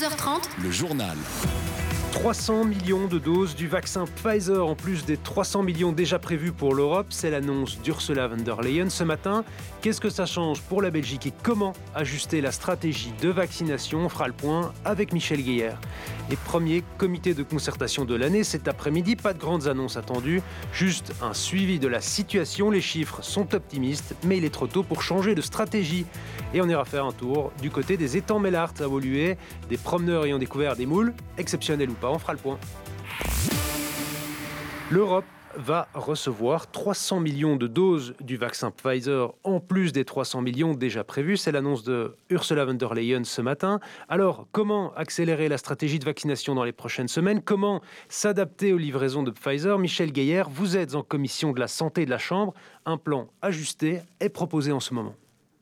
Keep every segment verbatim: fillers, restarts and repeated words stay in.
heures trente, le journal. trois cents millions de doses du vaccin Pfizer en plus des trois cents millions déjà prévus pour l'Europe. C'est l'annonce d'Ursula von der Leyen ce matin. Qu'est-ce que ça change pour la Belgique et comment ajuster la stratégie de vaccination? On fera le point avec Michel Gueyer. Les premiers comités de concertation de l'année cet après-midi. Pas de grandes annonces attendues, juste un suivi de la situation. Les chiffres sont optimistes, mais il est trop tôt pour changer de stratégie. Et on ira faire un tour du côté des étangs Mellart à Woluwe, des promeneurs ayant découvert des moules, exceptionnels ou pas. On fera le point. L'Europe va recevoir trois cents millions de doses du vaccin Pfizer, en plus des trois cents millions déjà prévus. C'est l'annonce de Ursula von der Leyen ce matin. Alors, comment accélérer la stratégie de vaccination dans les prochaines semaines? Comment s'adapter aux livraisons de Pfizer? Michel Gueyer, vous êtes en commission de la santé de la Chambre. Un plan ajusté est proposé en ce moment.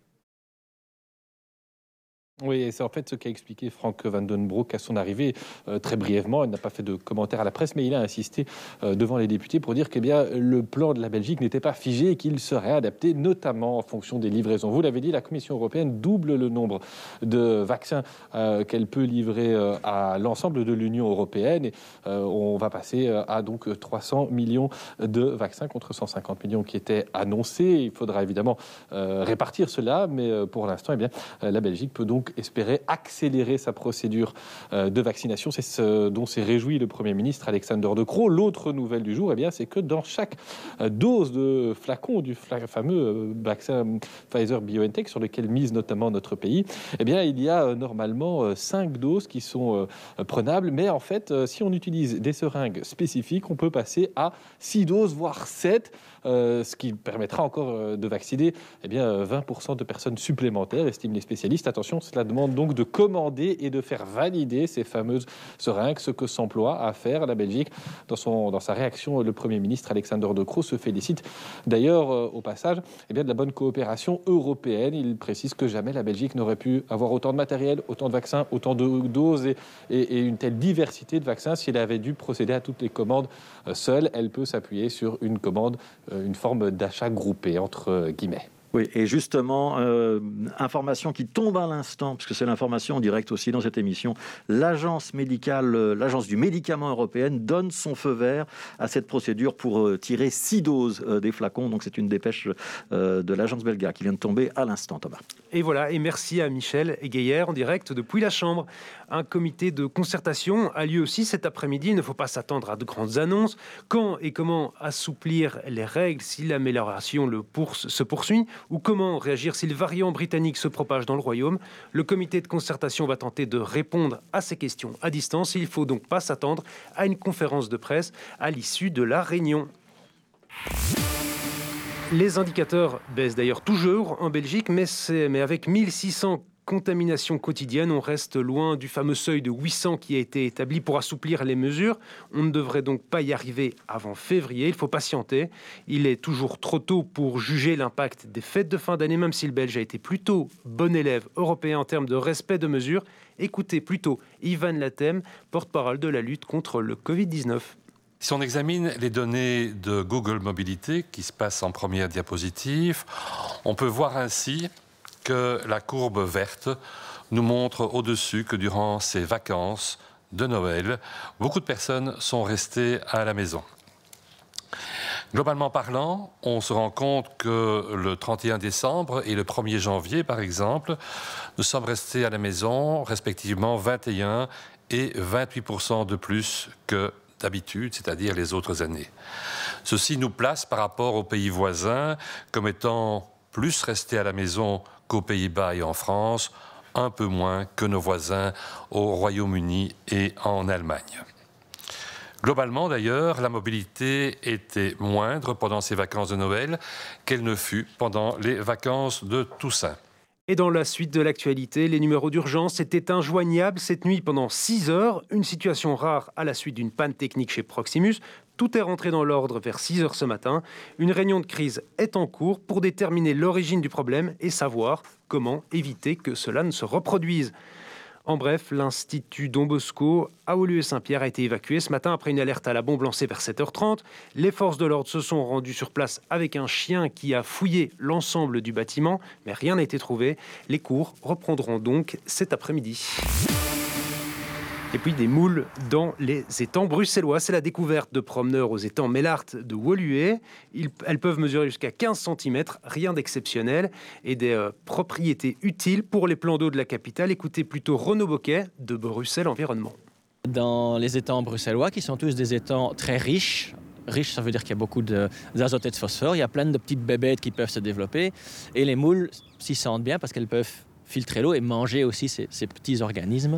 Oui, et c'est en fait ce qu'a expliqué Frank van den Broek à son arrivée euh, très brièvement. Il n'a pas fait de commentaires à la presse, mais il a insisté euh, devant les députés pour dire que eh bien, le plan de la Belgique n'était pas figé et qu'il serait adapté, notamment en fonction des livraisons. Vous l'avez dit, la Commission européenne double le nombre de vaccins euh, qu'elle peut livrer euh, à l'ensemble de l'Union européenne. Et, euh, on va passer à donc trois cents millions de vaccins contre cent cinquante millions qui étaient annoncés. Il faudra évidemment euh, répartir cela, mais euh, pour l'instant, eh bien, euh, la Belgique peut donc espérer accélérer sa procédure de vaccination. C'est ce dont s'est réjoui le Premier ministre Alexander De Croo. L'autre nouvelle du jour, eh bien, c'est que dans chaque dose de flacon du fameux vaccin Pfizer-BioNTech, sur lequel mise notamment notre pays, eh bien, il y a normalement cinq doses qui sont prenables. Mais en fait, si on utilise des seringues spécifiques, on peut passer à six doses, voire sept, euh, ce qui permettra encore de vacciner eh bien, vingt pour cent de personnes supplémentaires, estiment les spécialistes. Attention, cela demande donc de commander et de faire valider ces fameuses seringues, ce que s'emploie à faire la Belgique. Dans, son, dans sa réaction, le Premier ministre Alexander De Croo se félicite d'ailleurs euh, au passage eh bien, de la bonne coopération européenne. Il précise que jamais la Belgique n'aurait pu avoir autant de matériel, autant de vaccins, autant de doses et, et, et une telle diversité de vaccins si elle avait dû procéder à toutes les commandes euh, seule. Elle peut s'appuyer sur une commande, euh, une forme d'achat groupé, entre euh, guillemets. Oui, et justement, euh, information qui tombe à l'instant, puisque c'est l'information en direct aussi dans cette émission, l'agence médicale, euh, l'agence du médicament européenne donne son feu vert à cette procédure pour euh, tirer six doses euh, des flacons. Donc c'est une dépêche euh, de l'agence belga qui vient de tomber à l'instant, Thomas. Et voilà, et merci à Michel Gueyer en direct depuis la Chambre. Un comité de concertation a lieu aussi cet après-midi. Il ne faut pas s'attendre à de grandes annonces. Quand et comment assouplir les règles si l'amélioration le pour- se poursuit? Ou comment réagir si le variant britannique se propage dans le Royaume? Le comité de concertation va tenter de répondre à ces questions à distance. Il ne faut donc pas s'attendre à une conférence de presse à l'issue de la réunion. Les indicateurs baissent d'ailleurs toujours en Belgique, mais, c'est, mais avec mille six cents contamination quotidienne, on reste loin du fameux seuil de huit cents qui a été établi pour assouplir les mesures. On ne devrait donc pas y arriver avant février, il faut patienter. Il est toujours trop tôt pour juger l'impact des fêtes de fin d'année, même si le Belge a été plutôt bon élève européen en termes de respect de mesures. Écoutez plutôt Ivan Latem, porte-parole de la lutte contre le covid dix-neuf. Si on examine les données de Google Mobilité qui se passent en première diapositive, on peut voir ainsi que la courbe verte nous montre au-dessus que durant ces vacances de Noël, beaucoup de personnes sont restées à la maison. Globalement parlant, on se rend compte que le trente et un décembre et le premier janvier, par exemple, nous sommes restés à la maison, respectivement vingt et un et vingt-huit pour cent de plus que d'habitude, c'est-à-dire les autres années. Ceci nous place par rapport aux pays voisins comme étant plus restés à la maison qu'aux Pays-Bas et en France, un peu moins que nos voisins au Royaume-Uni et en Allemagne. Globalement, d'ailleurs, la mobilité était moindre pendant ces vacances de Noël qu'elle ne fut pendant les vacances de Toussaint. Et dans la suite de l'actualité, les numéros d'urgence étaient injoignables cette nuit pendant six heures. Une situation rare à la suite d'une panne technique chez Proximus. Tout est rentré dans l'ordre vers six heures ce matin. Une réunion de crise est en cours pour déterminer l'origine du problème et savoir comment éviter que cela ne se reproduise. En bref, l'Institut Don Bosco à Woluwe-Saint-Pierre a été évacué ce matin après une alerte à la bombe lancée vers sept heures trente. Les forces de l'ordre se sont rendues sur place avec un chien qui a fouillé l'ensemble du bâtiment, mais rien n'a été trouvé. Les cours reprendront donc cet après-midi. Et puis des moules dans les étangs bruxellois. C'est la découverte de promeneurs aux étangs Mellart de Woluwe. Ils, elles peuvent mesurer jusqu'à quinze centimètres, rien d'exceptionnel, et des euh, propriétés utiles pour les plans d'eau de la capitale. Écoutez plutôt Renaud Boquet de Bruxelles Environnement. Dans les étangs bruxellois, qui sont tous des étangs très riches, riche, ça veut dire qu'il y a beaucoup de, d'azote et de phosphore. Il y a plein de petites bébêtes qui peuvent se développer. Et les moules s'y sentent bien parce qu'elles peuvent filtrer l'eau et manger aussi ces, ces petits organismes.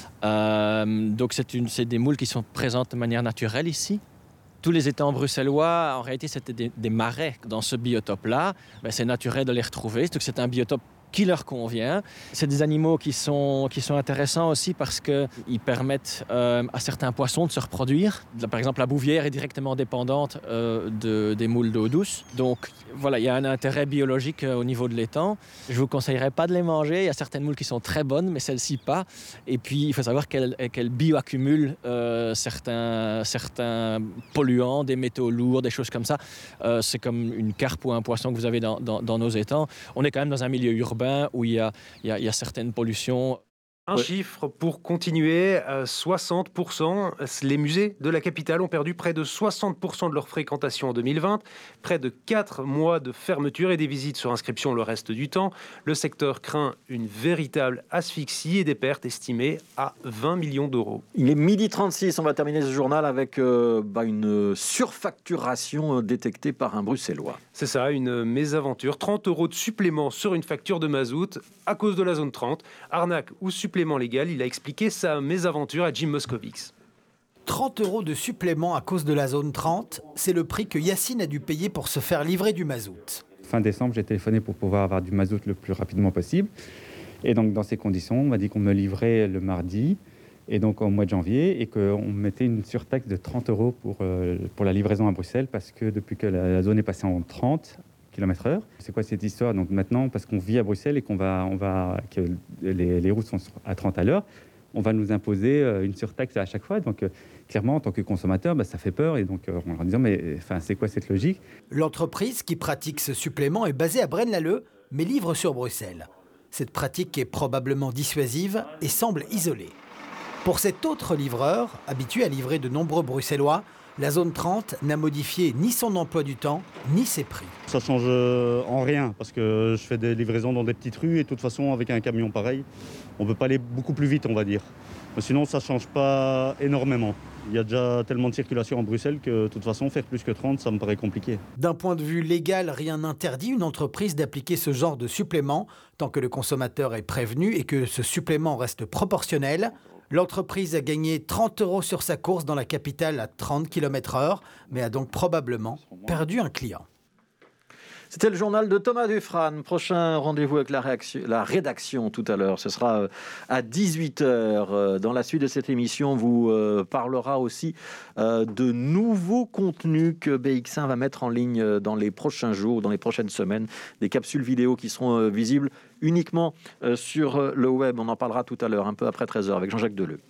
Euh, donc c'est, une, c'est des moules qui sont présentes de manière naturelle ici. Tous les étangs bruxellois, en réalité, c'était des, des marais. Dans ce biotope-là, ben, c'est naturel de les retrouver. Donc c'est un biotope qui leur convient. C'est des animaux qui sont, qui sont intéressants aussi parce qu'ils permettent euh, à certains poissons de se reproduire. Par exemple, la bouvière est directement dépendante euh, de, des moules d'eau douce. Donc voilà, il y a un intérêt biologique euh, au niveau de l'étang. Je ne vous conseillerais pas de les manger. Il y a certaines moules qui sont très bonnes, mais celles-ci pas. Et puis, il faut savoir qu'elles, qu'elles bioaccumulent euh, certains, certains polluants, des métaux lourds, des choses comme ça. Euh, c'est comme une carpe ou un poisson que vous avez dans, dans, dans nos étangs. On est quand même dans un milieu urbain où il y a, il y a, il y a certaines pollutions. Un ouais. chiffre pour continuer, euh, soixante pour cent. Les musées de la capitale ont perdu près de soixante pour cent de leur fréquentation en deux mille vingt. Près de quatre mois de fermeture et des visites sur inscription le reste du temps. Le secteur craint une véritable asphyxie et des pertes estimées à vingt millions d'euros. Il est midi trente-six, on va terminer ce journal avec euh, bah, une surfacturation détectée par un Bruxellois. C'est ça, une mésaventure. trente euros de supplément sur une facture de mazout à cause de la zone trente. Arnaque ou supplément légal, il a expliqué sa mésaventure à Jim Moscovix. trente euros de supplément à cause de la zone trente, c'est le prix que Yacine a dû payer pour se faire livrer du mazout. Fin décembre, j'ai téléphoné pour pouvoir avoir du mazout le plus rapidement possible. Et donc, dans ces conditions, on m'a dit qu'on me livrait le mardi, et donc au mois de janvier, et qu'on mettait une surtaxe de trente euros pour, euh, pour la livraison à Bruxelles, parce que depuis que la, la zone est passée en trente kilomètres heure. C'est quoi cette histoire? Donc maintenant, parce qu'on vit à Bruxelles et qu'on va, on va, que les, les routes sont à trente à l'heure, on va nous imposer une surtaxe à chaque fois. Donc euh, clairement, en tant que consommateur, bah, ça fait peur. Et donc euh, on leur dit, mais enfin, c'est quoi cette logique? L'entreprise qui pratique ce supplément est basée à Braine-l'Alleud, mais livre sur Bruxelles. Cette pratique est probablement dissuasive et semble isolée. Pour cet autre livreur, habitué à livrer de nombreux Bruxellois, la zone trente n'a modifié ni son emploi du temps, ni ses prix. Ça change en rien, parce que je fais des livraisons dans des petites rues, et de toute façon, avec un camion pareil, on ne peut pas aller beaucoup plus vite, on va dire. Mais sinon, ça ne change pas énormément. Il y a déjà tellement de circulation en Bruxelles que, de toute façon, faire plus que trente, ça me paraît compliqué. D'un point de vue légal, rien n'interdit une entreprise d'appliquer ce genre de supplément, tant que le consommateur est prévenu et que ce supplément reste proportionnel. L'entreprise a gagné trente euros sur sa course dans la capitale à trente kilomètres heure, mais a donc probablement perdu un client. C'était le journal de Thomas Dufrane. Prochain rendez-vous avec la, réaction, la rédaction tout à l'heure. Ce sera à dix-huit heures. Dans la suite de cette émission, on vous parlera aussi de nouveaux contenus que B X un va mettre en ligne dans les prochains jours, dans les prochaines semaines. Des capsules vidéo qui seront visibles uniquement sur le web. On en parlera tout à l'heure, un peu après treize heures, avec Jean-Jacques Deleu.